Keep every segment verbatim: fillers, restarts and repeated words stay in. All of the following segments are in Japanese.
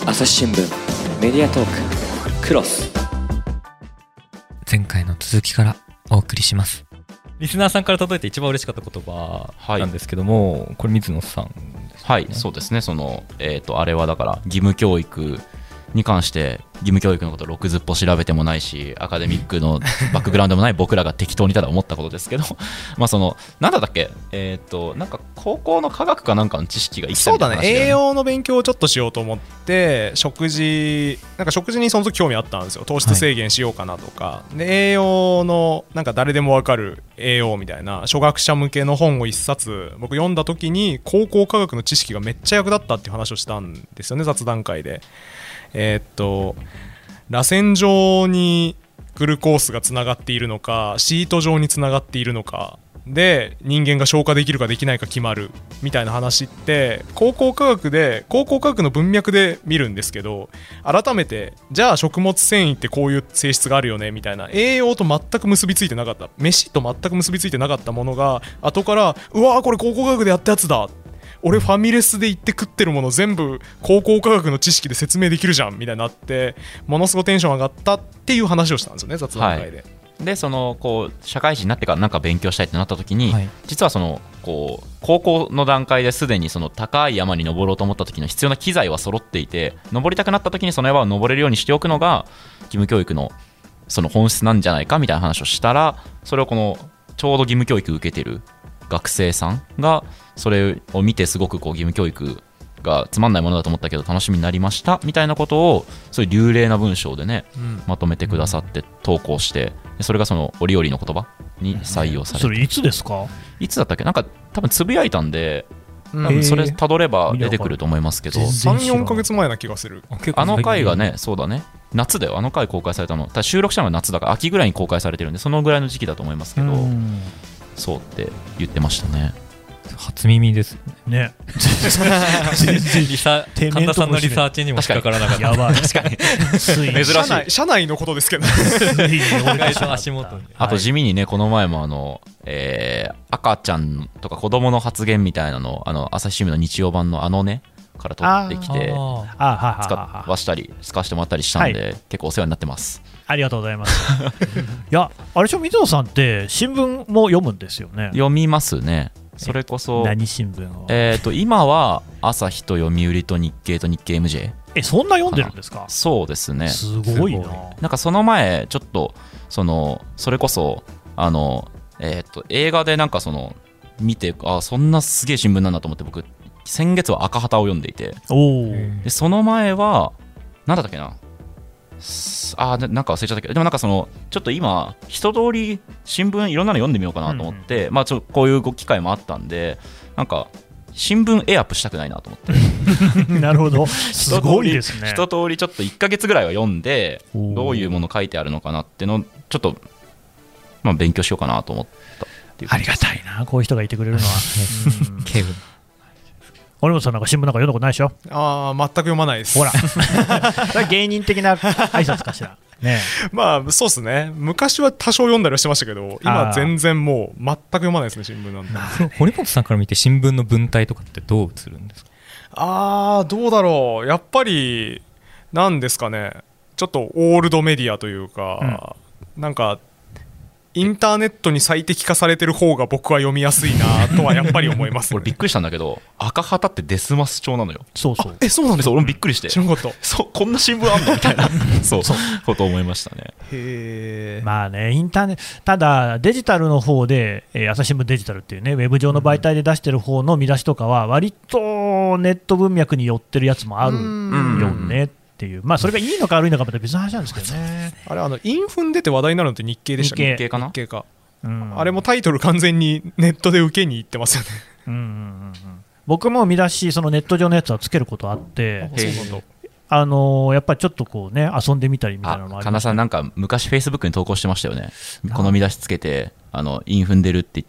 朝日新聞メディアトーククロス。 前回の続きからお送りします。リスナーさんから届いて一番嬉しかった言葉なんですけども、はい、これ水野さんですね。 はい、そうですね。その、えーと、あれはだから義務教育に関して義務教育のことをろくずっぽ調べてもないし、アカデミックのバックグラウンドもない僕らが適当にただ思ったことですけどまあそのなんだったっけ、えっとなんか高校の科学かなんかの知識が生きたみたいな話だよね。 そうだね、栄養の勉強をちょっとしようと思って食事なんか食事にその時興味あったんですよ。糖質制限しようかなとか、はい、で栄養のなんか誰でも分かる栄養みたいな初学者向けの本を一冊僕読んだ時に高校科学の知識がめっちゃ役立ったっていう話をしたんですよね、雑談会で。えー、っと螺旋状にグルコースがつながっているのかシート状につながっているのかで人間が消化できるかできないか決まるみたいな話って高校科学で高校科学の文脈で見るんですけど、改めてじゃあ食物繊維ってこういう性質があるよねみたいな栄養と全く結びついてなかった、飯と全く結びついてなかったものが後からうわーこれ高校科学でやったやつだ、俺ファミレスで行って食ってるもの全部高校科学の知識で説明できるじゃんみたいになってものすごいテンション上がったっていう話をしたんですよね、雑談会で。はい、 でそのこう社会人になってから何か勉強したいってなった時に、はい、実はそのこう高校の段階ですでにその高い山に登ろうと思った時の必要な機材は揃っていて、登りたくなった時にその山を登れるようにしておくのが義務教育のその本質なんじゃないかみたいな話をしたら、それをこのちょうど義務教育受けてる学生さんがそれを見てすごくこう義務教育がつまんないものだと思ったけど楽しみになりましたみたいなことをそういう流麗な文章でね、うん、まとめてくださって投稿して、それがその折々の言葉に採用されて、 それいつですか？ いつだったっけ、なんか多分つぶやいたんで、うん、それたどれば出てくると思いますけど、 さん、よんかげつまえな気がする。 あの回がね、そうだね、夏だよ、あの回公開されたの。ただ収録したのが夏だから秋ぐらいに公開されてるんで、そのぐらいの時期だと思いますけど、そうって言ってましたね。 初耳ですね。 リサ神田さんのリサーチにも引っかからなかった。 やばい。 確かに珍しい。 社内、社内のことですけど足元に。 あと地味にね、この前もあの、えー、赤ちゃんとか子供の発言みたいなのをあの朝日新聞の日曜版のあのねから取ってきて使わしたり使わせてもらったりしたんで、はい、結構お世話になってます。 ありがとうございますいや、あれでしょ、水野さんって新聞も読むんですよね。 読みますね。それこそ何新聞を、 えー、と今は朝日と読売と日経と日経 エムジェー。 え、そんな読んでるんですか？ そうですね、 すごいな。 なんかその前ちょっとそのそれこそあの、えー、と映画でなんかその見て、あ、そんなすげえ新聞なんだと思って、僕先月は赤旗を読んでいて、 おでその前は何だったっけな、あーなんか忘れちゃったけど、でもなんかそのちょっと今一通り新聞いろんなの読んでみようかなと思って、うん、まあちょっとこういう機会もあったんで、なんか新聞エアップしたくないなと思ってなるほど、すごいですね。 一通りちょっといっかげつぐらいは読んで、どういうもの書いてあるのかなっていうのをちょっと、まあ、勉強しようかなと思ったっていう。 ありがたいな、こういう人がいてくれるのは警部森本さんなんか新聞なんか読んだことないでしょ？ ああ、全く読まないです。 ほら芸人的な挨拶かしらね。 まあそうですね、昔は多少読んだりはしてましたけど、今全然もう全く読まないですね、新聞なんて。 堀本さんから見て新聞の文体とかってどう映るんですか？ ああ、どうだろう、やっぱりなんですかね、ちょっとオールドメディアというか、うん、なんかインターネットに最適化されてる方が僕は読みやすいなとはやっぱり思います、ね、 俺びっくりしたんだけど、赤旗ってデスマス調なのよ。 そうそう、 え、そうなんですか？ 俺もびっくりして、 知らなかった。 そう、こんな新聞あんのみたいなそうそうこと思いましたね。 へー、まあね、インターネット、ただデジタルの方で、えー、朝日新聞デジタルっていうねウェブ上の媒体で出してる方の見出しとかは割とネット文脈に寄ってるやつもあるよねっていう、まあそれがいいのか悪いのかまた別の話なんですけどね。 あれ、あのインフン出て話題になるのって日経でしたっけ？ 日経かな？ 日経か、うん、あれもタイトル完全にネットで受けに行ってますよねうんうんうん、うん、僕も見出しそのネット上のやつはつけることあって、あのー、やっぱりちょっとこうね遊んでみたりみたいなのもありました、ね、 神田さんなんか昔フェイスブックに投稿してましたよね。この見出しつけてあのインフンでるって言って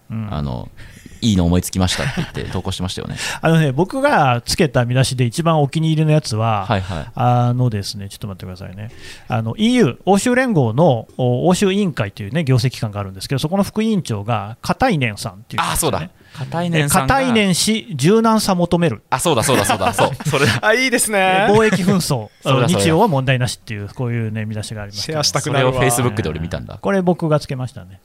うん、あのいいの思いつきましたって言って投稿してましたよね。 あのね、僕がつけた見出しで一番お気に入りのやつは、 はいはい、 あのですね、ちょっと待ってくださいね、あの イーユー、欧州連合の欧州委員会という、ね、行政機関があるんですけど、そこの副委員長が片井年さんっていう、ね、 あ、そうだ、片井年さんが、 片井年氏、柔軟さ求める、 あ、そうだそうだそうだ、そうそれあ、いいですね、 貿易紛争、日曜は問題なしっていう、こういう、ね、見出しがありますけど、 シェアしたくなるわ。 それをフェイスブックで俺見たんだ。 これ、僕がつけましたね。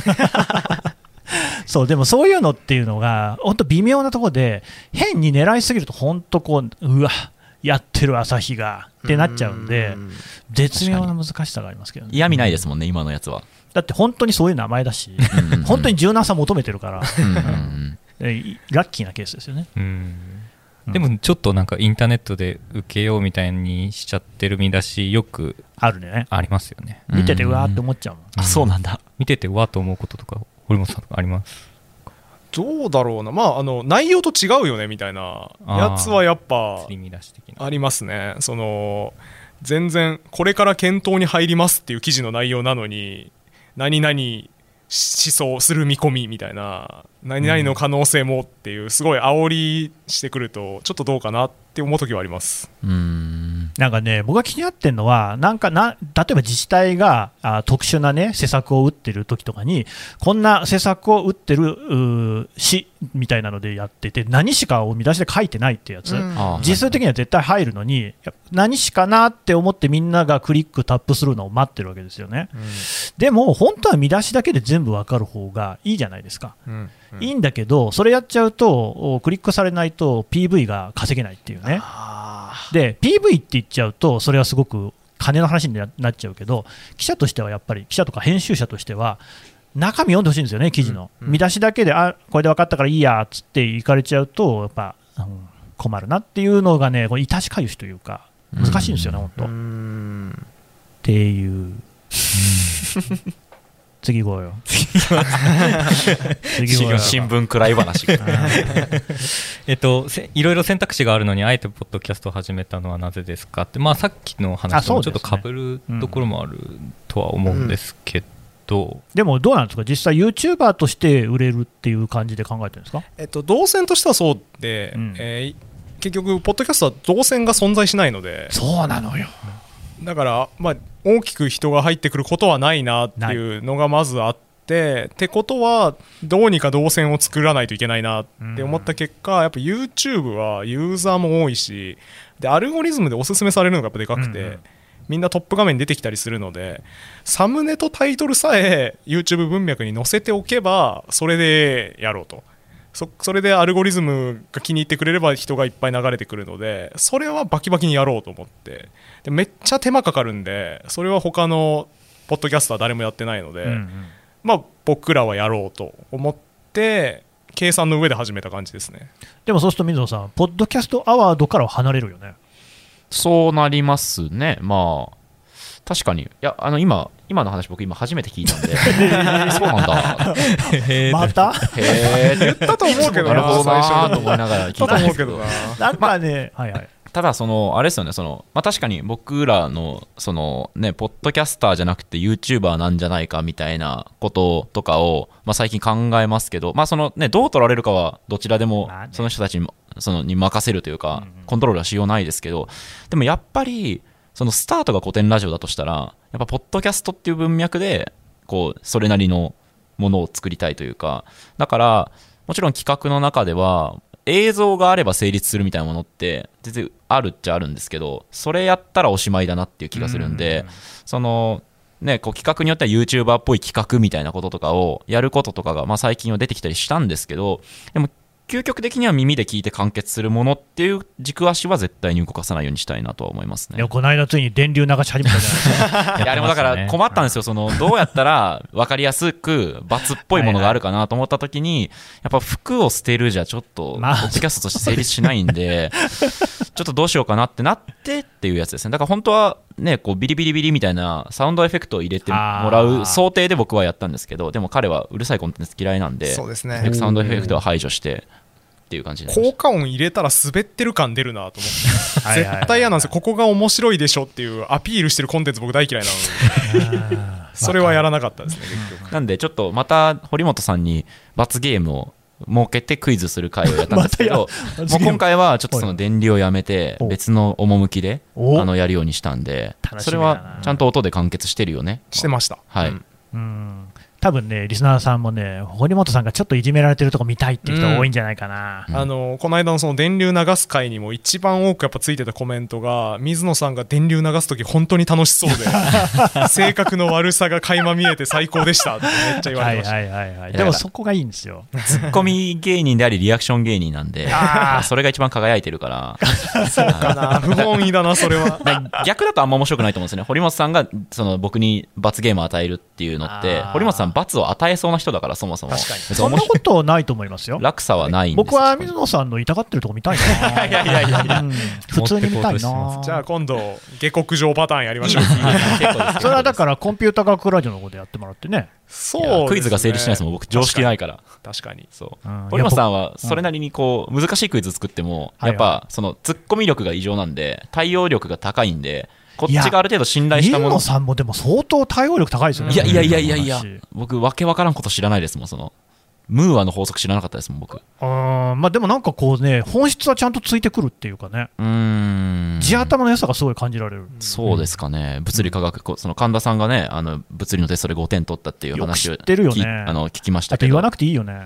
そうでもそういうのっていうのが本当微妙なところで変に狙いすぎると本当こううわやってる朝日がってなっちゃうんで絶妙な難しさがありますけど、ね、 嫌味ないですもんね今のやつは。 だって本当にそういう名前だし本当に柔軟さ求めてるからうんうん、ラッキーなケースですよね。 うんでもちょっとなんかインターネットで受けようみたいにしちゃってる見出しよくあるね。 ありますよね。 見ててうわーって思っちゃうもん。 あ、そうなんだ。 見ててうわーと思うこととか堀本さんあります？ どうだろうな、まあ、あの内容と違うよねみたいなやつはやっぱありますね。その全然これから検討に入りますっていう記事の内容なのに何々思想する見込みみたいな何々の可能性もっていうすごい煽りしてくるとちょっとどうかなって思う時はあります。 うーんなんかね、僕が気になってるのはなんかな例えば自治体があ特殊な、ね、施策を打ってる時とかにこんな施策を打ってる市みたいなのでやってて何市かを見出しで書いてないってやつ、うん、実数的には絶対入るのに何市かなって思ってみんながクリックタップするのを待ってるわけですよね、うん、でも本当は見出しだけで全部分かる方がいいじゃないですか、うんうん、いいんだけどそれやっちゃうとクリックされないと ピーブイ が稼げないっていうね。で ピーブイ って言っちゃうとそれはすごく金の話になっちゃうけど記者としてはやっぱり記者とか編集者としては中身読んでほしいんですよね記事の、うんうん、見出しだけであこれで分かったからいいやっつっていかれちゃうとやっぱ、うん、困るなっていうのがねこれ致しかゆしというか難しいんですよね、うん、本当うんっていう次行こうよ次行こうよ新聞暗い話えっといろいろ選択肢があるのにあえてポッドキャストを始めたのはなぜですかって、まあ、さっきの話ともちょっとかぶるところもあるとは思うんですけど、うんうん、 でもどうなんですか実際 YouTuber として売れるっていう感じで考えてるんですか？ えっと、動線としてはそうで、うんえー、結局ポッドキャストは動線が存在しないのでそうなのよだから、まあ、大きく人が入ってくることはないなっていうのがまずあってってことはどうにか動線を作らないといけないなって思った結果やっぱ YouTube はユーザーも多いしでアルゴリズムでおすすめされるのがやっぱでかくて、うんうん、みんなトップ画面に出てきたりするのでサムネとタイトルさえ YouTube 文脈に載せておけばそれでやろうと そ, それでアルゴリズムが気に入ってくれれば人がいっぱい流れてくるのでそれはバキバキにやろうと思ってでめっちゃ手間かかるんでそれは他のポッドキャストは誰もやってないので、うんうんまあ、僕らはやろうと思って計算の上で始めた感じですね。 でもそうすると水野さんポッドキャストアワードからは離れるよね。そうなりますね。まあ確かにいやあの 今, 今の話僕今初めて聞いたんでそうなんだまたへ言ったと思うけどななるほどなと思いながら聞いたんですけどなんかね、ま、はいはいただそのあれですよねその、まあ、確かに僕らのそのねポッドキャスターじゃなくて YouTuber なんじゃないかみたいなこととかを、まあ、最近考えますけど、まあそのね、どう取られるかはどちらでもその人たちにそのに任せるというかコントロールはしようないですけどでもやっぱりそのスタートが古典ラジオだとしたらやっぱポッドキャストっていう文脈でこうそれなりのものを作りたいというかだからもちろん企画の中では映像があれば成立するみたいなものって全然あるっちゃあるんですけどそれやったらおしまいだなっていう気がするんでそのねこう企画によっては YouTuber っぽい企画みたいなこととかをやることとかがまあ最近は出てきたりしたんですけどでも究極的には耳で聞いて完結するものっていう軸足は絶対に動かさないようにしたいなとは思いますね。 いやこの間ついに電流流し始めたじゃないですかいやあれもだから困ったんですよそのどうやったら分かりやすく罰っぽいものがあるかなと思った時にやっぱ服を捨てるじゃちょっとポッドキャストとして成立しないんでちょっとどうしようかなってなってっていうやつですね。だから本当はねこうビリビリビリみたいなサウンドエフェクトを入れてもらう想定で僕はやったんですけどでも彼はうるさいコンテンツ嫌いなんでそうですねサウンドエフェクトは排除してっていう感じで効果音入れたら滑ってる感出るなと思って絶対嫌なんですよここが面白いでしょっていうアピールしてるコンテンツ僕大嫌いなのでそれはやらなかったですね結局。 なんでちょっとまた堀本さんに罰ゲームを設けてクイズする会をやったんですけどもう今回はちょっとその電流をやめて別の趣であのやるようにしたんで、それはちゃんと音で完結してるよね。 してました。 はい、 うんうん多分ね、リスナーさんもね、堀本さんがちょっといじめられてるとこ見たいっていう人が多いんじゃないかな、 うん、あのこの間のその電流流す回にも一番多くやっぱついてたコメントが、水野さんが電流流すとき本当に楽しそうで性格の悪さが垣間見えて最高でしたってめっちゃ言われてました。 はいはいはいはい、でもそこがいいんですよ。 ツッコミ芸人でありリアクション芸人なんでそれが一番輝いてるからそうかな、不本意だなそれは。 逆だとあんま面白くないと思うんですね。堀本さんがその僕に罰ゲームを与えるっていうのって堀本さん罰を与えそうな人だから、そもそも確かにそんなことないと思いますよ。 落差はないんです。 僕は水野さんの痛がってるとこ見たいな。 いやいやいやいや、 うん、普通に見たいな。 じゃあ今度下克上パターンやりましょう。 それはだからコンピュータ科学ラジオの方でやってもらってね。 そうですね、 クイズが成立しないですもん僕、常識ないから。 確かにそう、 うん、 堀本さんはそれなりにこう難しいクイズ作ってもやっぱそのツッコミ力が異常なんで対応力が高いんで、こっちがある程度信頼したもの。 水野さんもでも相当対応力高いですよね。 いやいやいやいやいや、僕わけわからんこと知らないですもん。そのムーアの法則知らなかったですもん僕。 あ、まあ、でもなんかこうね、本質はちゃんとついてくるっていうかね、 うーん、 地頭の良さがすごい感じられる。 そうですかね、物理科学、その神田さんがね、あの物理のテストでごてん取ったっていう話をよく知ってるよね。 あの聞きましたけど、 言わなくていいよね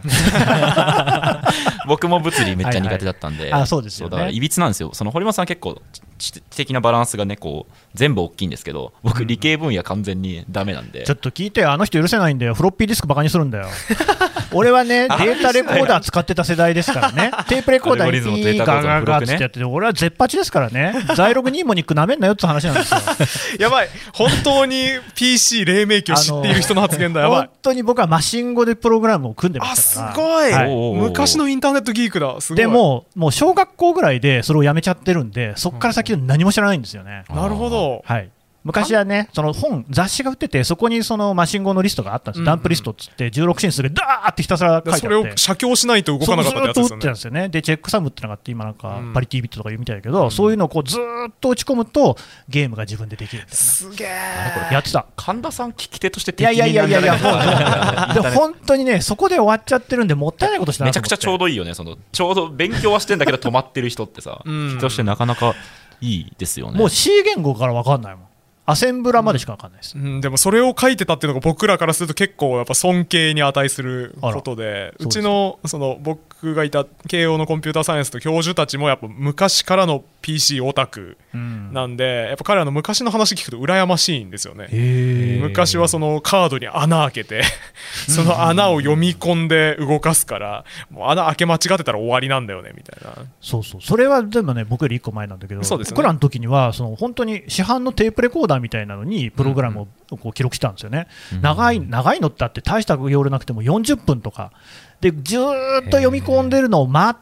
僕も物理めっちゃ苦手だったんで、 はいはい、あ、そうですよね。 そうだからいびつなんですよ。その堀本さん結構知的なバランスがねこう全部大きいんですけど、僕理系分野完全にダメなんで、 ちょっと聞いてよ、あの人許せないんだよ。フロッピーディスクバカにするんだよ俺はねデータレコーダー使ってた世代ですからねテープレコーダーにガガガってやってて、俺は絶八ですからねザイログニーモニックなめんなよって話なんですよやばい、本当に ピーシー 黎明期を知っている人の発言だ。やばい、 本当に僕はマシン語でプログラムを組んでましたから。 あ、すごい、 はい、 昔のインターネットギークだ。すごい。 でももう小学校ぐらいでそれをやめちゃってるんで、そこから先は何も知らないんですよね。 なるほど。 はい、昔はね、その本、雑誌が売ってて、そこにそのマシン語のリストがあったんです、うんうん、ダンプリストっつって、じゅうろく進数でダーってひたすら書いてあって、 それを写経しないと動かなかったってやつですよね。 ずっと打ってたんですよね。で、チェックサムってのがあって、今なんか、パリティビットとか言うみたいだけど、うん、そういうのをこうずっと打ち込むと、ゲームが自分でできるみたいな。 すげー。やってた。 神田さん、聞き手として敵になるんじゃないかな。いやいやいやいや、もう、本当にね、そこで終わっちゃってるんで、もったいないことしたなと思って。 めちゃくちゃちょうどいいよね、そのちょうど勉強はしてんだけど、止まってる人ってさ、人としてなかなかいいですよね。 もう C 言語から分かんないもん。アセンブラまでしか分かんないです、 うん、でもそれを書いてたっていうのが僕らからすると結構やっぱ尊敬に値することで、うちのその僕がいた慶応のコンピューターサイエンスと教授たちもやっぱ昔からの ピーシー オタクなんで、やっぱ彼らの昔の話聞くと羨ましいんですよね。昔はそのカードに穴開けてその穴を読み込んで動かすからもう穴開け間違ってたら終わりなんだよねみたいな。 そうそう、それはでもね僕よりいっこまえなんだけど、 そうですよね、 僕らの時にはその本当に市販のテープレコーダーみたいなのにプログラムをこう記録したんですよね、うんうん、長い長いのってあって大した容量なくてもよんじゅっぷんとかでずーっと読み込んでるのを待って、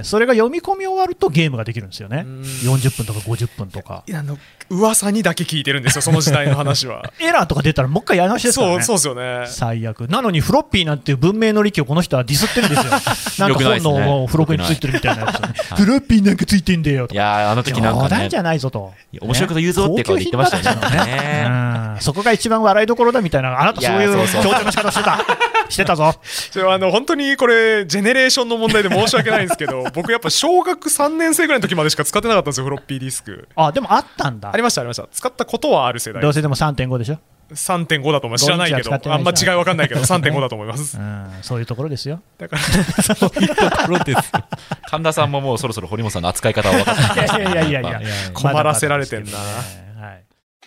それが読み込み終わるとゲームができるんですよね。よんじゅっぷんとかごじゅっぷんとか。 いや、あの噂にだけ聞いてるんですよその時代の話はエラーとか出たらもう一回やり直しですからね。 そうそうですよね。 最悪なのにフロッピーなんていう文明の利器をこの人はディスってるんですよなんか本の付録についてるみたいなやつ、ね、フロッピーなんかついてんだよとか。 いやあの時なんかね、 冗談じゃないぞと、 ね、面白いこと言うぞって顔で言ってましたよねうん、そこが一番笑いどころだみたいな、あなたそういう強調の仕方してたしてたぞ。 あの本当にこれジェネレーションの問題で申し訳ないんですけど僕やっぱ小学さんねん生ぐらいの時までしか使ってなかったんですよフロッピーディスク。 あ、でもあったんだ。 ありましたありました。使ったことはある世代。 どうせでも さんてんご でしょ。 さんてんご だと思います。知らないけどあんま違い分かんないけどさんてんご だと思います、うん、 そういうところですよ。 だからそういうところです神田さんももうそろそろ堀本さんの扱い方は分かってます。 いやいやいやいや困らせられてんな、はい、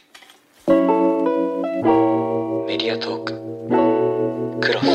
メディアトーククロス。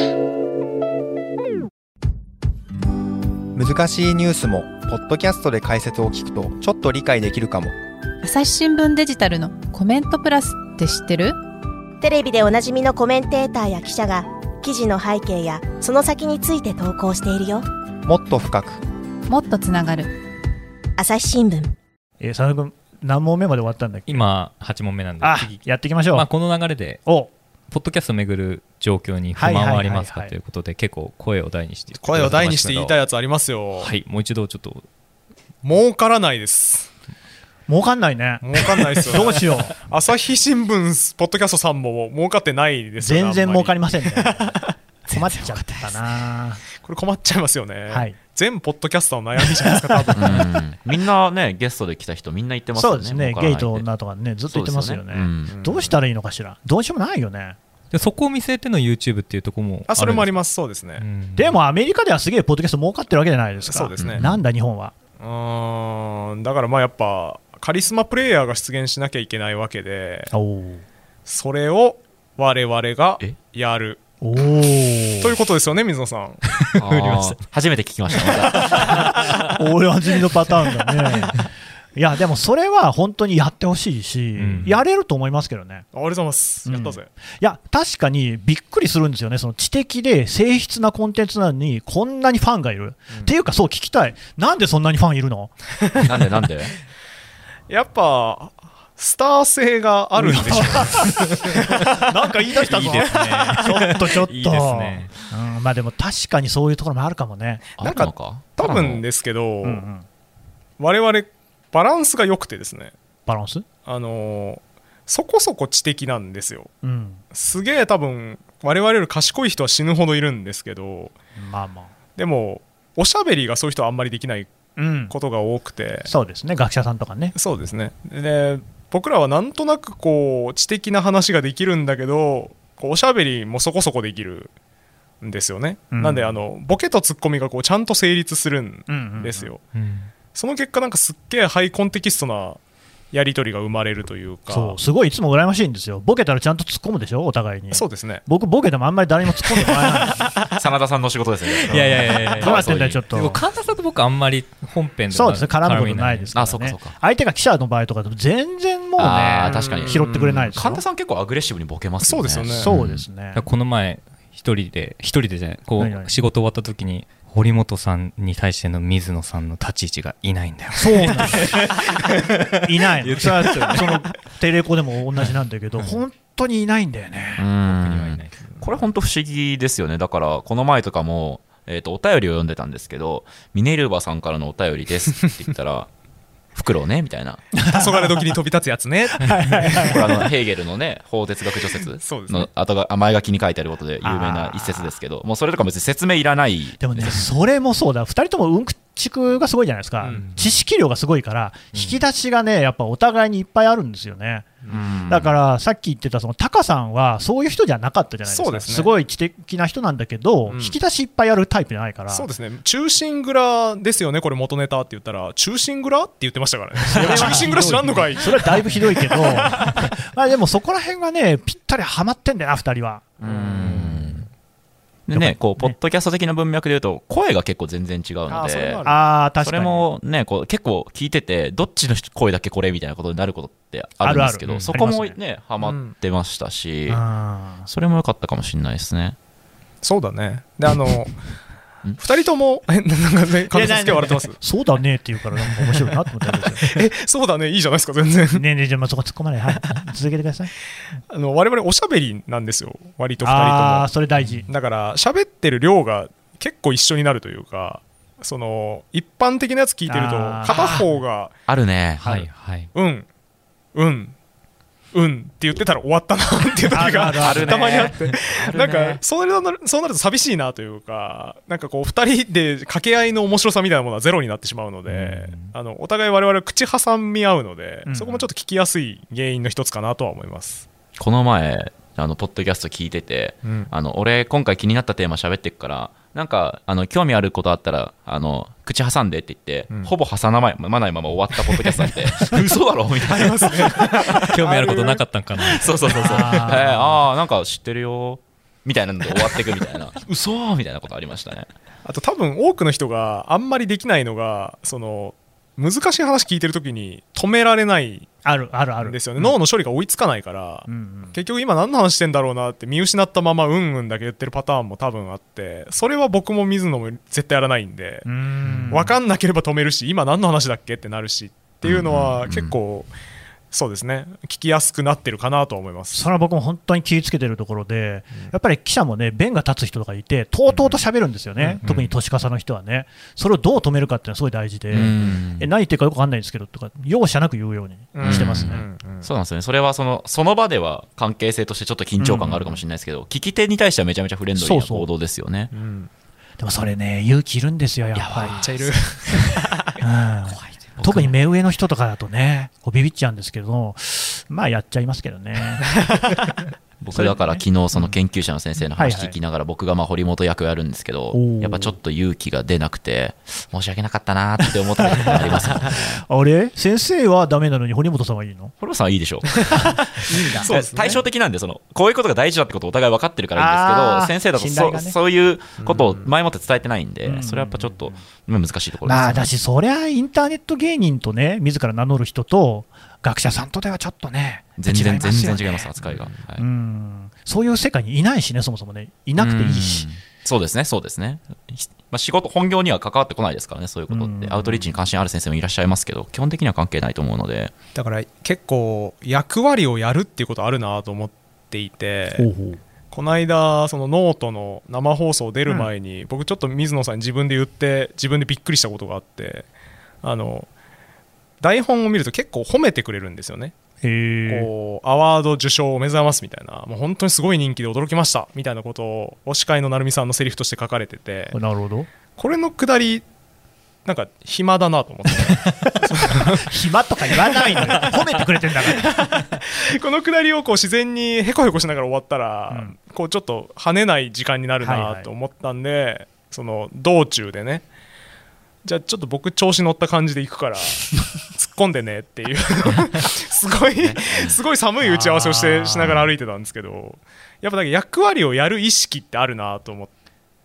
難しいニュースもポッドキャストで解説を聞くとちょっと理解できるかも。 朝日新聞デジタルのコメントプラスって知ってる？ テレビでおなじみのコメンテーターや記者が記事の背景やその先について投稿しているよ。 もっと深く、 もっとつながる。 朝日新聞。 えー、佐野君何問目まで終わったんだっけ？ 今はち問目なんで、 あ、 次やっていきましょう。 まあ、この流れでおポッドキャストをめぐる状況に不満はありますかということで、結構声を大にして声を大にして言いたいやつありますよ。 はい、もう一度ちょっと。 儲からないです。 儲かんないね。 儲かんないですよ、ね、 どうしよう。 朝日新聞ポッドキャストさんも儲かってないですよね。 全然儲かりませんね。困っちゃったな。 これ困っちゃいますよね、 はい、 全ポッドキャスターの悩みじゃないですか多分、 うん、みんなねゲストで来た人みんな言ってますよね。 そうですね、ゲイと女とかねずっと言ってますよね。うん、どうしたらいいのかしら。どうしようもないよね。 でそこを見据えての YouTube っていうところもあるんですか。 あ、それもあります。そうですね、うん、 でもアメリカではすげえポッドキャスト儲かってるわけじゃないですか。 そうですね。 なんだ日本は。 うーん、だからまあやっぱカリスマプレイヤーが出現しなきゃいけないわけで、それを我々がやるおということですよね、水野さん。 初めて聞きました。 大味のパターンだね。いやでもそれは本当にやってほしいし、うん、やれると思いますけどね。 ありがとうございます、うん、やったぜ。 いや確かにびっくりするんですよね。その知的で静質なコンテンツなのにこんなにファンがいる、うん、っていうかそう聞きたい。なんでそんなにファンいるの？ なんでなんでやっぱスター性があるんでしょう。 なんか言い出したぞ。いいですね。ちょっとちょっと。いいですね。うん、まあでも確かにそういうところもあるかもね。 なんか多分ですけど、うんうん、我々バランスが良くてですね。 バランス？ あのー、そこそこ知的なんですよ。 うん、 すげえ多分我々より賢い人は死ぬほどいるんですけど、 まあまあ。 でもおしゃべりがそういう人はあんまりできないことが多くて、 うん、そうですね。学者さんとかね。 そうですね。で僕らはなんとなくこう知的な話ができるんだけど、こうおしゃべりもそこそこできるんですよね、うん、なんであのボケとツッコミがこうちゃんと成立するんですよ、うんうんうん、その結果なんかすっげえハイコンテキストなやり取りが生まれるというか。 そうすごいいつも羨ましいんですよ。ボケたらちゃんと突っ込むでしょお互いに。 そうですね。 僕ボケてもあんまり誰にも突っ込んでもらえない真田さんの仕事ですね。 いやいやいやいやどうなってんだよちょっと。 でも神田さんと僕あんまり本編でそうですね絡むことないですからね。あ、そうかそうか。相手が記者の場合とかでも全然もうねあ確かに拾ってくれないですよ。 神田さん結構アグレッシブにボケますよね。 そうですよね。 そうですね。 この前一人で一人でじゃないこう仕事終わった時に堀本さんに対しての水野さんの立ち位置がいないんだよ。 そうなんだいないの。それはそのテレコでも同じなんだけど、うん、本当にいないんだよね。 うん、これ本当不思議ですよね。だからこの前とかも、えーと、お便りを読んでたんですけど、ミネルヴァさんからのお便りですって言ったらフクロウねみたいな黄昏時に飛び立つやつねこれあのヘーゲルのね法哲学除説の後が前書きに書いてあることで有名な一節ですけど、もうそれとか別に説明いらない。 でもねそれもそうだ。ふたりともうんくちくがすごいじゃないですか、うん、知識量がすごいから引き出しがねやっぱお互いにいっぱいあるんですよね、うん、だからさっき言ってたそのタカさんはそういう人じゃなかったじゃないですか。そうですね。すごい知的な人なんだけど、うん、引き出しいっぱいあるタイプじゃないから。 そうですね。中心蔵ですよねこれ元ネタって言ったら中心蔵って言ってましたからね。中心蔵知らんのかい。 それはだいぶひどいけどまあでもそこら辺がねぴったりはまってんだよなふたりは。うーんでね、こうポッドキャスト的な文脈でいうと声が結構全然違うので、 ああ確かにそれもねこう結構聞いててどっちの声だけこれみたいなことになることってあるんですけど、あるある、うん、そこもねハマってましたし、うん、それも良かったかもしれないですね。 そうだね。であのふたりともえなんかね神田さん笑ってます。 そうだねって言うからなんか面白いなと思ったんですよ。 えそうだねいいじゃないですか全然。 ねえねえじゃあまあそこ突っ込まない。はい続けてください。 あの我々おしゃべりなんですよ割とふたりとも。 ああそれ大事。 だから喋ってる量が結構一緒になるというか、その一般的なやつ聞いてると片方があるねはいはいうんうんうんって言ってたら終わったなっていう時がたまにあって、なんかそうなるそうなると寂しいなというか、なんかこうふたりで掛け合いの面白さみたいなものはゼロになってしまうので、あのお互い我々口挟み合うので、そこもちょっと聞きやすい原因の一つかなとは思います。 この前あのポッドキャスト聞いてて、うん、あの俺今回気になったテーマ喋っていくからなんかあの興味あることあったらあの口挟んでって言って、うん、ほぼ挟まないまま終わったポッドキャストって嘘だろみたいな興味あることなかったんかなそうそうそうそうあ、えー、あーなんか知ってるよみたいなので終わっていくみたいな嘘みたいなことありましたね。 あと多分多くの人があんまりできないのがその難しい話聞いてるときに止められないあるあるあるですよね、うん、脳の処理が追いつかないから、うんうん、結局今何の話してんだろうなって見失ったままうんうんだけ言ってるパターンも多分あって、それは僕も水野も絶対やらないんで、うん、分かんなければ止めるし今何の話だっけってなるしっていうのは結構そうですね、聞きやすくなってるかなと思います。 それは僕も本当に気をつけてるところで、うん、やっぱり記者もね、弁が立つ人とかいて、とうとうと喋るんですよね、うん、特に年かさの人はね、それをどう止めるかっていうのはすごい大事で、うん、え何言ってるかよく分かんないんですけどとか、容赦なく言うようにしてますね。うんうんうん、そうなんですよね、それはその、その場では関係性としてちょっと緊張感があるかもしれないですけど、うん、聞き手に対してはめちゃめちゃフレンドリーな行動ですよね。 そうそう、うん、でもそれね、勇気いるんですよ、やっぱり。 めっちゃいる、 うん特に目上の人とかだとね、こうビビっちゃうんですけど、まあやっちゃいますけどね。 僕だから昨日その研究者の先生の話聞きながら僕がまあ堀本役をやるんですけど、やっぱちょっと勇気が出なくて申し訳なかったなって思ったことがあります。 あれ先生はダメなのに堀本さんはいいの？ 堀本さんはいいでしょう。いいんだ。そうですね、対照的なんで、そのこういうことが大事だってことをお互い分かってるからいいんですけど、先生だと そ,、ね、そういうことを前もって伝えてないんで、うん、それはやっぱちょっと難しいところです、ね。 まあだし、そりゃインターネット芸人とね、自ら名乗る人と学者さんとではちょっとね、 全然、ね、全然違います扱いが、はい、 うんそういう世界にいないしね、そもそもね、いなくていいし。 そうですね、そうですね、まあ、仕事、本業には関わってこないですからね、そういうことって、アウトリーチに関心ある先生もいらっしゃいますけど、基本的には関係ないと思うので、 だから結構、役割をやるっていうことあるなと思っていて、ほうほう、この間、そのノートの生放送出る前に、うん、僕、ちょっと水野さんに自分で言って、自分でびっくりしたことがあって、あの台本を見ると結構褒めてくれるんですよね。こうアワード受賞おめでとうございますみたいな、もう本当にすごい人気で驚きましたみたいなことをお司会の成美さんのセリフとして書かれてて、 なるほど、 これのくだりなんか暇だなと思って暇とか言わないのよ、褒めてくれてんだからこのくだりをこう自然にへこへこしながら終わったら、うん、こうちょっと跳ねない時間になるなと思ったんで、はいはい、その道中でね、じゃあちょっと僕調子乗った感じで行くから突っ込んでねっていうすごいすごい寒い打ち合わせをしてしながら歩いてたんですけど、やっぱなんか役割をやる意識ってあるなと思って、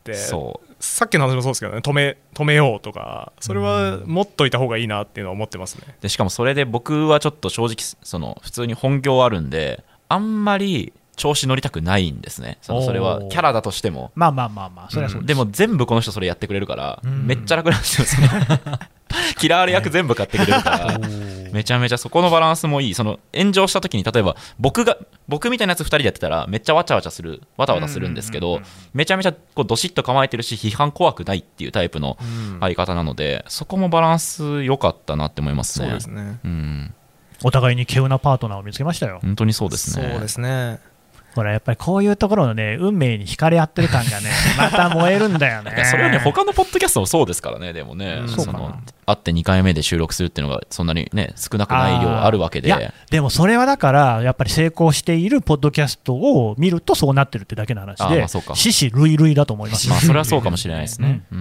そうさっきの話もそうですけどね、止め、止めようとか、それは持っといた方がいいなっていうのは思ってますね。 でしかもそれで僕はちょっと正直その普通に本業あるんで、あんまり調子乗りたくないんですね。そのそれはキャラだとしても、 まあまあまあまあ、それはそうです、 うん、でも全部この人それやってくれるから、うん、めっちゃ楽なんですよキラーレ役全部買ってくれるからめちゃめちゃそこのバランスもいい。その炎上した時に例えば僕が僕みたいなやつふたりでやってたらめっちゃわちゃわちゃするわたわたするんですけど、めちゃめちゃこうどしっと構えてるし批判怖くないっていうタイプの相方なので、そこもバランス良かったなって思いますね。 そうですね、 うん、 お互いに稀有なパートナーを見つけましたよ。 本当にそうですね。 そうですね。 ほらやっぱりこういうところのね、運命に惹かれ合ってる感がねまた燃えるんだよね。 それはね、他のポッドキャストもそうですからね。でもね、うん、その会ってにかいめで収録するっていうのがそんなにね少なくない量あるわけで。 いやでもそれはだからやっぱり成功しているポッドキャストを見るとそうなってるってだけの話で、死死類類だと思います、 まあ、それはそうかもしれないですね、うんうん、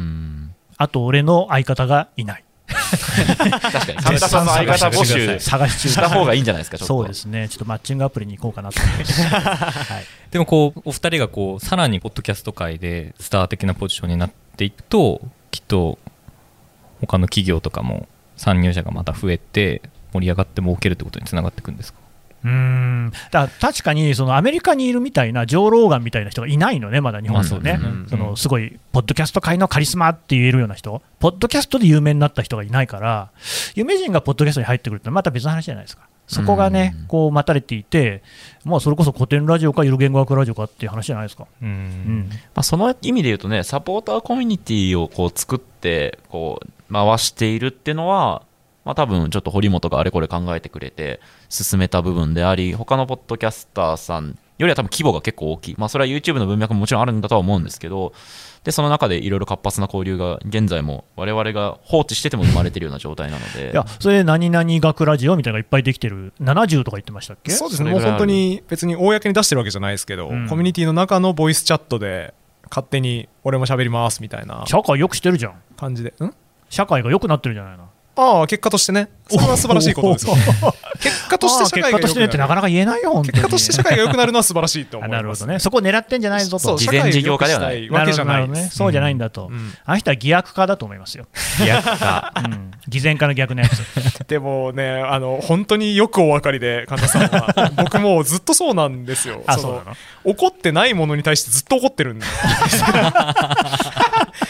あと俺の相方がいない確かに神田さんの相方募集探し中した方がいいんじゃないですか。ちょっとそうですね、ちょっとマッチングアプリに行こうかなと思います、はい、 でもこうお二人がこうさらにポッドキャスト界でスター的なポジションになっていくと、きっと他の企業とかも参入者がまた増えて盛り上がって儲けるってことにつながっていくんですか。 うーんだから確かにそのアメリカにいるみたいなジョー・ローガンみたいな人がいないのね、まだ日本のね、そのすごいポッドキャスト界のカリスマって言えるような人、ポッドキャストで有名になった人がいないから、有名人がポッドキャストに入ってくるってまた別の話じゃないですか。そこがねこう待たれていて、まあ、それこそ古典ラジオかゆる言語学ラジオかっていう話じゃないですか。うん、うんまあ、その意味で言うとね、サポーターコミュニティをこう作ってこう回しているっていうのは、まあ、多分ちょっと堀本があれこれ考えてくれて進めた部分であり、他のポッドキャスターさんよりは多分規模が結構大きい、まあ、それは YouTube の文脈ももちろんあるんだとは思うんですけど、でその中でいろいろ活発な交流が現在も我々が放置してても生まれてるような状態なので、 いやそれで何々学ラジオみたいなのがいっぱいできてる、ななじゅうとか言ってましたっけ。 そうですね、もう本当に別に公に出してるわけじゃないですけど、うん、コミュニティの中のボイスチャットで勝手に俺も喋りますみたいな社会よくしてるじゃん感じで、ん社会が良くなってるじゃないの。 ああ結果としてね、それは素晴らしいことですよ結果として社会が良くなる、結果としてってなかなか言えないよ本当に。 結果として社会が良くなるのは素晴らしいと思います、ね、 なるほどね、そこを狙ってんじゃないぞと。 そう、事前事業家ではないわけじゃないです、 ね、そうじゃないんだと、うん、あの人は偽悪家だと思いますよ。 偽悪家、 うん、偽善家の逆のやつでもね、あの本当によくお分かりで神田さんは僕もずっとそうなんですよ。 あ、そうなの。 怒ってないものに対してずっと怒ってるんです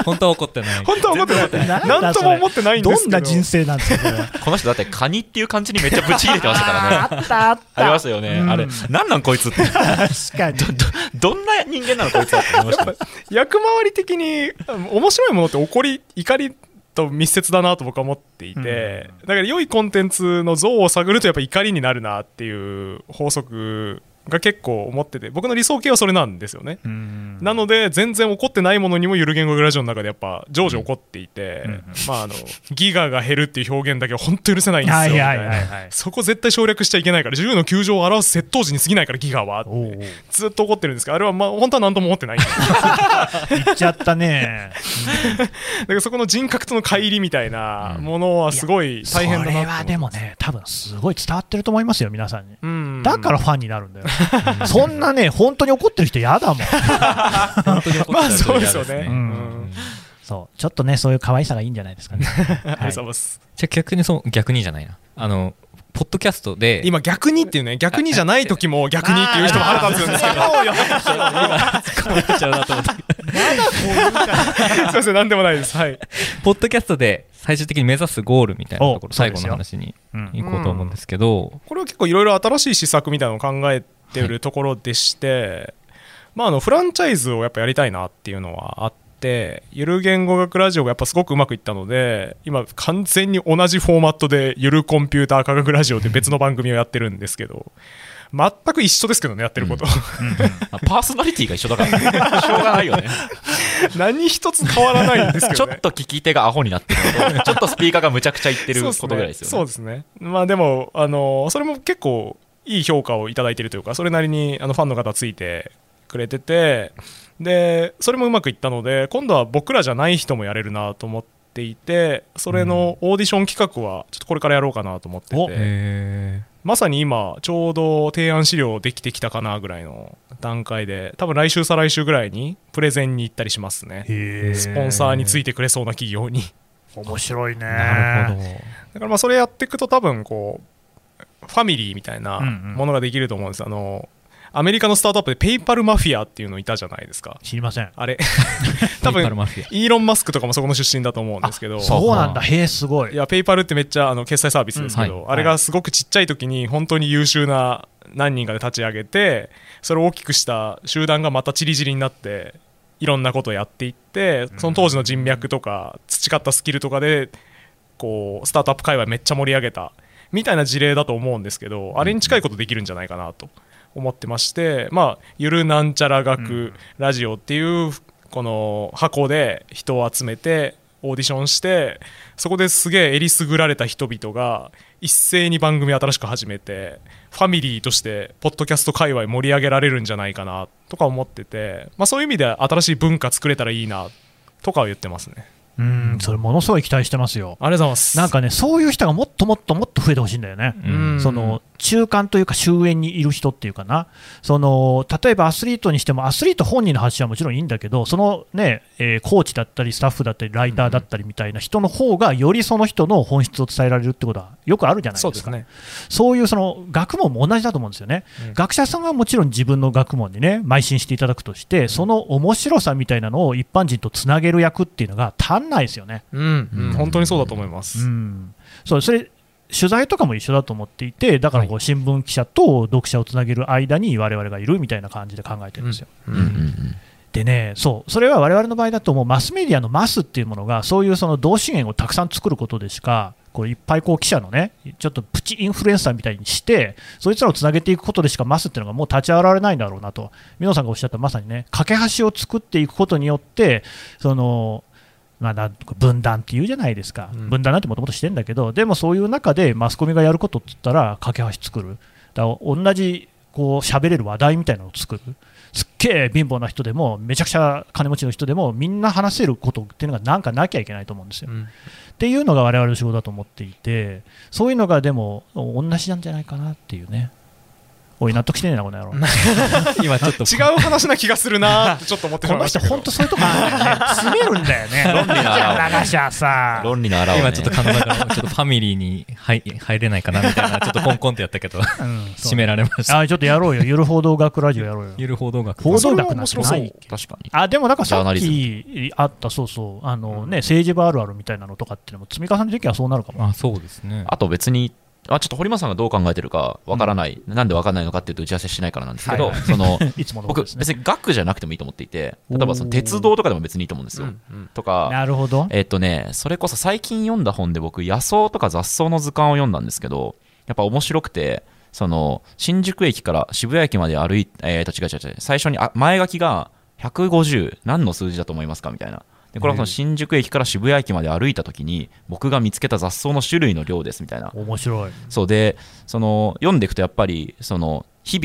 本当は怒ってない本当は怒ってない何とも思ってないんですけど、 どんな人生なんですかこれこの人だってカニっていう感じにめっちゃぶち入れてましたからねあったあったありましたよね、うん、あれなんなんこいつって確かにど, ど, どんな人間なのこいつはって思いました、ね、 役回り的に面白いものって怒り怒りと密接だなと僕は思っていて、うん、だから良いコンテンツの像を探るとやっぱ怒りになるなっていう法則が結構思ってて、僕の理想形はそれなんですよね。うんなので全然怒ってないものにもゆる言語学ラジオの中でやっぱ常時怒っていて、うんまあ、あのギガが減るっていう表現だけは本当許せないんですよ、はいはいはいはい、そこ絶対省略しちゃいけないから、じゅうのきゅう乗を表す窃盗時に過ぎないからギガはってずっと怒ってるんですけど、あれはまあ本当は何とも思ってないんです言っちゃったねだからそこの人格との乖離みたいなものはすごい大変だなと思ってます。 それはでもね多分すごい伝わってると思いますよ皆さんに。うんだからファンになるんだよそんなね本当に怒ってる人嫌だもん本当に怒ってる人嫌ですね。まあそうですよね、うんうん、そうちょっとねそういう可愛さがいいんじゃないですかねありがとうございます。 じゃあ逆にそう逆にじゃないなあのポッドキャストで今逆にっていうね逆にじゃない時も逆にっていう人も腹立つんですけど今突っ込まれちゃうなと思ってすいません何でもないです、はい、 ポッドキャストで最終的に目指すゴールみたいなところ最後の話にいこうと思うんですけど、 うん、これは結構いろいろ新しい施策みたいなのを考えているところでして、はいまあ、あのフランチャイズをやっぱやりたいなっていうのはあって、ゆる言語学ラジオがやっぱすごくうまくいったので、今完全に同じフォーマットでゆるコンピューター科学ラジオって別の番組をやってるんですけど全く一緒ですけどねやってること、うんうん、 パーソナリティが一緒だから、ね、しょうがないよね何一つ変わらないんですけど、ね、 ちょっと聞き手がアホになってるのとちょっとスピーカーがむちゃくちゃ言ってることぐらいですよね。 そうですね、そうですね。まあでもあのそれも結構いい評価をいただいているというか、それなりにあのファンの方ついてくれてて、でそれもうまくいったので今度は僕らじゃない人もやれるなと思っていて、それのオーディション企画はちょっとこれからやろうかなと思ってて、うんまさに今ちょうど提案資料できてきたかなぐらいの段階で、多分来週再来週ぐらいにプレゼンに行ったりしますね。スポンサーについてくれそうな企業に面白いね。 なるほど。 だからまあそれやっていくと多分こうファミリーみたいなものができると思うんです。あのアメリカのスタートアップでペイパルマフィアっていうのいたじゃないですか。 知りません。 あれ多分イーロン・マスクとかもそこの出身だと思うんですけど。 そうなんだ。へえすごい。 いやペイパルってめっちゃあの決済サービスですけど、うんはい、あれがすごくちっちゃい時に本当に優秀な何人かで立ち上げて、それを大きくした集団がまたチリチリになっていろんなことをやっていって、その当時の人脈とか培ったスキルとかでこうスタートアップ界隈めっちゃ盛り上げたみたいな事例だと思うんですけど、あれに近いことできるんじゃないかなと思ってまして、まあ、ゆるなんちゃら学ラジオっていうこの箱で人を集めてオーディションして、そこですげええりすぐられた人々が一斉に番組を新しく始めて、ファミリーとしてポッドキャスト界隈盛り上げられるんじゃないかなとか思ってて、まあ、そういう意味で新しい文化作れたらいいなとかは言ってますね。 うんそれものすごい期待してますよ。 ありがとうございます。 なんかねそういう人がもっともっともっと増えてほしいんだよね。うんその中間というか終焉にいる人っていうかな、その例えばアスリートにしてもアスリート本人の発信はもちろんいいんだけど、そのね、えー、コーチだったりスタッフだったりライターだったりみたいな人の方がよりその人の本質を伝えられるってことはよくあるじゃないですか。 そうですね。 そういうその学問も同じだと思うんですよね、うん、学者さんはもちろん自分の学問にね邁進していただくとして、その面白さみたいなのを一般人とつなげる役っていうのが足んないですよね。 うんうん、本当にそうだと思います、 うん、そうそれ取材とかも一緒だと思っていて、だからこう新聞記者と読者をつなげる間に我々がいるみたいな感じで考えてるんですよ、うんうんうん、でね、そうそれは我々の場合だともうマスメディアのマスっていうものがそういうその同心円をたくさん作ることでしか、こういっぱいこう記者のねちょっとプチインフルエンサーみたいにしてそいつらをつなげていくことでしかマスっていうのがもう立ち上がらないんだろうなと、皆さんがおっしゃったまさにね架け橋を作っていくことによってそのまあ、なんとか分断っていうじゃないですか、うん、分断なんてもともとしてるんだけど、でもそういう中でマスコミがやることって言ったら架け橋作る、だから同じこう喋れる話題みたいなのを作る、すっげえ貧乏な人でもめちゃくちゃ金持ちの人でもみんな話せることっていうのがなんかなきゃいけないと思うんですよ、うん、っていうのが我々の仕事だと思っていて、そういうのがでも同じなんじゃないかなっていうね。 おい納得してねえなこの野郎今ちょっと違う話な気がするなってちょっと思ってしまいましたけど、 この人本当そういうとこあるんだよね詰めるんだよね論理のあら流しゃさ論理のあらをね今ちょっと金田からちょっとファミリーに入入れないかなみたいなちょっとコンコンってやったけど、うん、締められましたあちょっとやろうよゆる報道学ラジオやろうよゆる報道学報道学なんてない確かにあでもなんかさっきあったそうそうあの、ね、政治部あるあるみたいなのとかっていうのも積み重ねていけばそうなるかもあそうですねあと別にあちょっと堀本さんがどう考えてるかわからない、うん、なんでわからないのかっていうと打ち合わせしないからなんですけど、はいはい、そのいつもの僕別に学じゃなくてもいいと思っていて例えばその鉄道とかでも別にいいと思うんですよ、うんうん、とかなるほどえっとねそれこそ最近読んだ本で僕野草とか雑草の図鑑を読んだんですけどやっぱ面白くてその新宿駅から渋谷駅まで歩いてえーと違う違う違う最初にあ前書きがひゃくごじゅう何の数字だと思いますかみたいなでこれはその新宿駅から渋谷駅まで歩いた時に僕が見つけた雑草の種類の量ですみたいな面白いそうでその読んでいくとやっぱりその日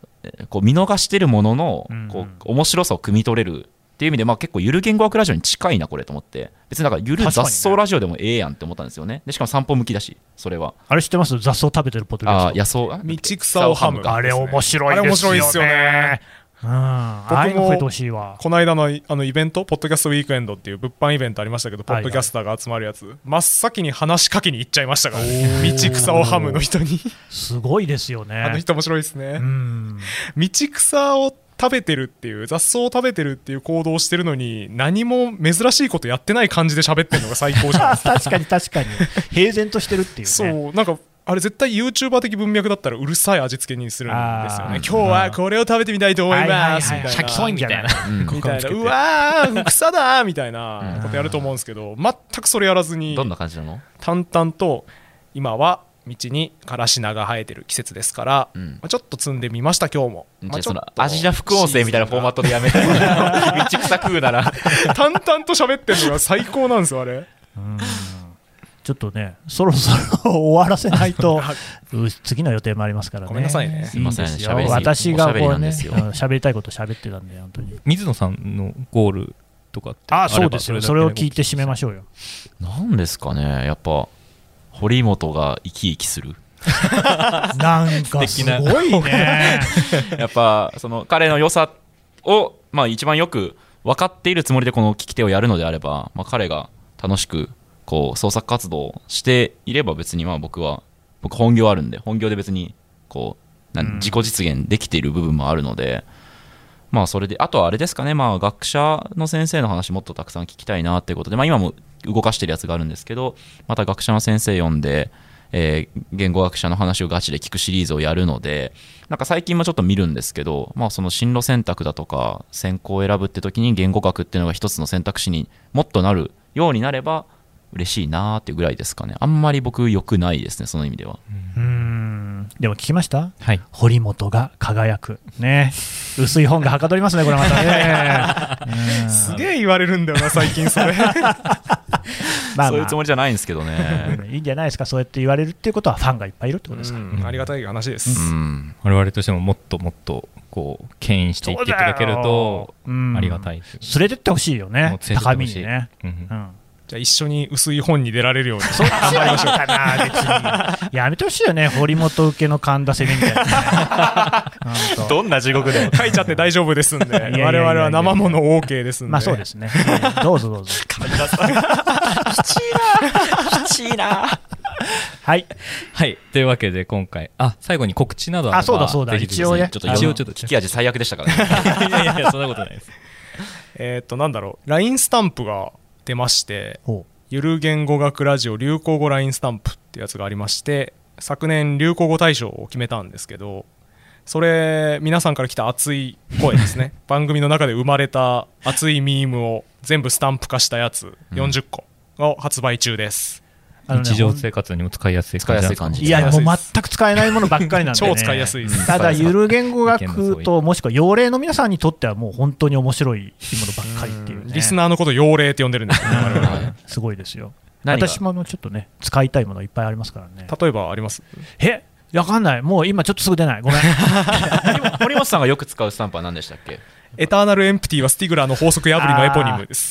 々こう見逃してるもののこう面白さを汲み取れるっていう意味でまあ結構ゆる言語学ラジオに近いなこれと思って別になんかゆる雑草ラジオでもええやんって思ったんですよねでしかも散歩向きだしそれはあれ知ってます雑草食べてるポッドキャストあ野草道草をハムあれ面白いですよねあれ面白いですよねうん、僕もこの間 の, あのイベントポッドキャストウィークエンドっていう物販イベントありましたけど、はいはい、ポッドキャスターが集まるやつ真っ先に話しかけに行っちゃいましたからね道草をハムの人にすごいですよねあの人面白いですねうん道草を食べてるっていう雑草を食べてるっていう行動をしてるのに何も珍しいことやってない感じで喋ってるのが最高じゃないですか確かに確かに平然としてるっていうねそうなんかあれ絶対 YouTuber 的文脈だったらうるさい味付けにするんですよね今日はこれを食べてみたいと思いますみたいなシャキソイみたいなみたいなうわー草だみたいなことやると思うんですけど全くそれやらずにどんな感じなの淡々と今は道にカラシナが生えてる季節ですから、うんまあ、ちょっと摘んでみました今日も、まあ、 そのアジア副音声みたいなフォーマットでやめて道草食うなら淡々と喋ってるのが最高なんですよあれうんちょっとねそろそろ終わらせないと次の予定もありますからねごめんなさいねいいんですよ私がこうね喋りたいこと喋ってたんで本当に水野さんのゴールとかってああそうですよそれを聞いて締めましょうよなんですかねやっぱ堀本が生き生きするなんかすごいねやっぱその彼の良さを、まあ、一番よく分かっているつもりでこの聞き手をやるのであれば、まあ、彼が楽しくこう創作活動をしていれば別にまあ僕は僕本業あるんで本業で別にこうなん自己実現できている部分もあるので、まあそれであとはあれですかねまあ学者の先生の話もっとたくさん聞きたいなっていうことでまあ今も動かしてるやつがあるんですけどまた学者の先生読んで、えー、言語学者の話をガチで聞くシリーズをやるのでなんか最近もちょっと見るんですけどまあその進路選択だとか専攻を選ぶって時に言語学っていうのが一つの選択肢にもっとなるようになれば嬉しいなーっていうぐらいですかねあんまり僕良くないですねその意味ではうーんでも聞きました、 はい、 堀本が輝くね薄い本がはかどりますねこれまたねすげえ言われるんだよな最近それまあ、 まあ、そういうつもりじゃないんですけどねいいんじゃないですかそうやって言われるっていうことはファンがいっぱいいるってことですから、 うん、ありがたい話です、 うん、我々としてももっともっとこう牽引していっていただけるとありがたい、うん、 連れてってほしいよね高みにね、うんうんじゃあ一緒に薄い本に出られるようにそっちはいいかな別にやめてほしいよね堀本受けの神田攻めみたいな、ね、 どんな地獄で書いちゃって大丈夫ですんで我々は生もの OK ですんでまあそうですねどうぞどうぞ神田さんきちいなきちいなはい、 はい、というわけで今回あ最後に告知などあればあそうだそうだ一応ねちょっと一応ちょっと聞き味最悪でしたからねいやいやいやそんなことないですえっとなんだろう ライン スタンプが出ましてゆる言語学ラジオ流行語 ライン スタンプってやつがありまして昨年流行語大賞を決めたんですけどそれ皆さんから来た熱い声ですね番組の中で生まれた熱いミームを全部スタンプ化したやつよんじゅっこを発売中です、 うん、日常生活にも使いやすい感じ感じいやもう全く使えないものばっかりなんで、ね、 超使いやすいです、 ただゆる言語学ともしくは幼霊の皆さんにとってはもう本当に面白いものばっかりっていう、ね、 リスナーのこと幼霊って呼んでるんですよねすごいですよ私もちょっとね使いたいものいっぱいありますからね例えばありますえわかんないもう今ちょっとすぐ出ないごめん堀本さんがよく使うスタンプは何でしたっけエターナルエンプティはスティグラーの法則破りのエポニムです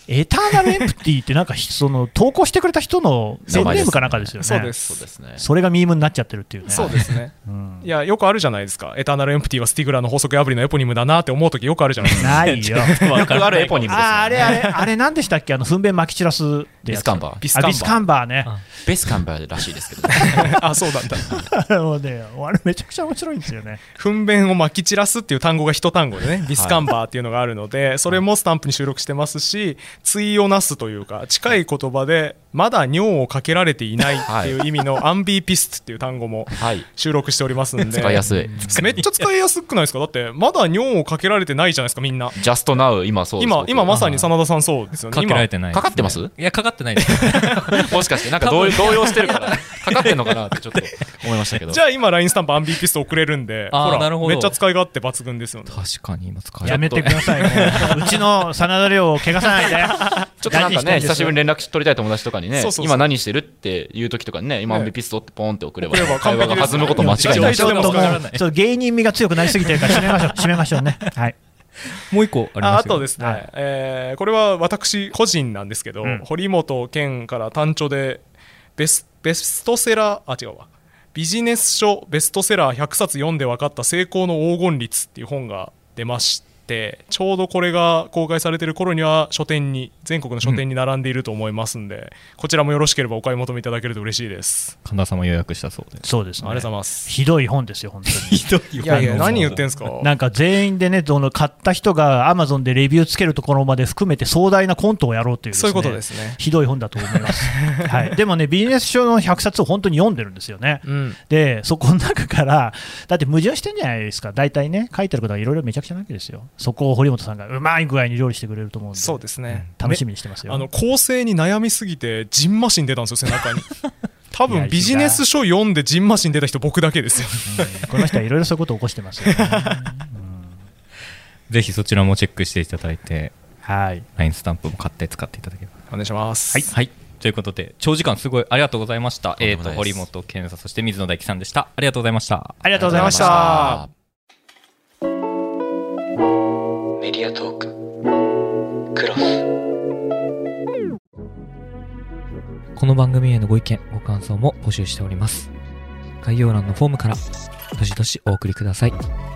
エターナルエンプティってなんかその投稿してくれた人のペンネームかなんかですよね。 そうです。 そうですね。 それがミームになっちゃってるっていうね。 そうですね、うん、いやよくあるじゃないですか。エターナルエンプティはスティグラーの法則破りのエポニムだなって思う時よくあるじゃないですか。 ないよよくあるエポニムですよね。 ああれあれあれ何でしたっけ、あの糞便撒き散らすビスカンバー。 ビスカンバー、ビスカンバーね。 ベスカンバーらしいですけど、ね、 あそうだったもうね、あれめちゃくちゃ面白いんですよね。 糞便を撒き散らすっていう単語が一単語でね、ビスカンバーっていうのがあるので、はい、それもスタンプに収録してますし、対をなすというか近い言葉でまだ尿をかけられていないっていう意味のアンビーピストっていう単語も収録しておりますんで、はい、 使いやすい。 めっちゃ使いやすくないですか。だってまだ尿をかけられてないじゃないですか、みんな。 ジャストナウ今そうです。 今今まさに真田さんそうですよね。 かけられてない、ね、 かかってます？ いやかかってないですもしかしてなんか動揺してるからかかってんのかなってちょっと思いましたけど。 じゃあ今 ライン スタンプアンビーピスト送れるんで、ほらめっちゃ使い勝手抜群ですよね。 確かに今使いやめてくださいもううちの真田亮を怪我さないでちょっとなんかね久しぶりに連絡取りたい友達とかにね、そうそうそう、今何してるっていう時とかにね、今アンビーピストってポンって送れば、ね、会話が弾むこと間違いない。 ちょっともうちょっと芸人味が強くなりすぎてるから締めましょう締めましょうね。はい。 もう一個ありますよ。 あ, あとですね、はい、えー、これは私個人なんですけど、うん、堀本健から単著でベ ス, ベストセラーあ違うわビジネス書ベストセラーひゃくさつ読んで分かった成功の黄金律っていう本が出まして、ちょうどこれが公開されている頃には書店に全国の書店に並んでいると思いますんで、うん、こちらもよろしければお買い求めいただけると嬉しいです。 神田さんも予約したそうで。 そうですね、 ありがとうございます。 ひどい本ですよ本当にひどい本。 いやいや何言ってんすか。 なんか全員でね、どの買った人が Amazon でレビューつけるところまで含めて壮大なコントをやろうというですね、 そういうことですね。 ひどい本だと思います、はい、でもねビジネス書のひゃくさつを本当に読んでるんですよね、うん、でそこの中からだって矛盾してんじゃないですか大体ね、書いてることがいろいろめちゃくちゃなわけですよ。そこを堀本さんがうまい具合に料理してくれると思うんで、 そうですね、 楽しみにしてますよ。 あの構成に悩みすぎてジンマシン出たんですよ背中に多分ビジネス書読んでジンマシン出た人僕だけですよ、 うん、この人はいろいろそういうことを起こしてますよ、ねうん、ぜひそちらもチェックしていただいて、 はい、 ライン スタンプも買って使っていただければお願いします。 はい、はい、ということで長時間すごいありがとうございました。えーと堀本健さんそして水野大樹さんでした。ありがとうございました。 ありがとうございました。 メディアトーククロス。 この番組へのご意見ご感想も募集しております。概要欄のフォームからどしどしお送りください。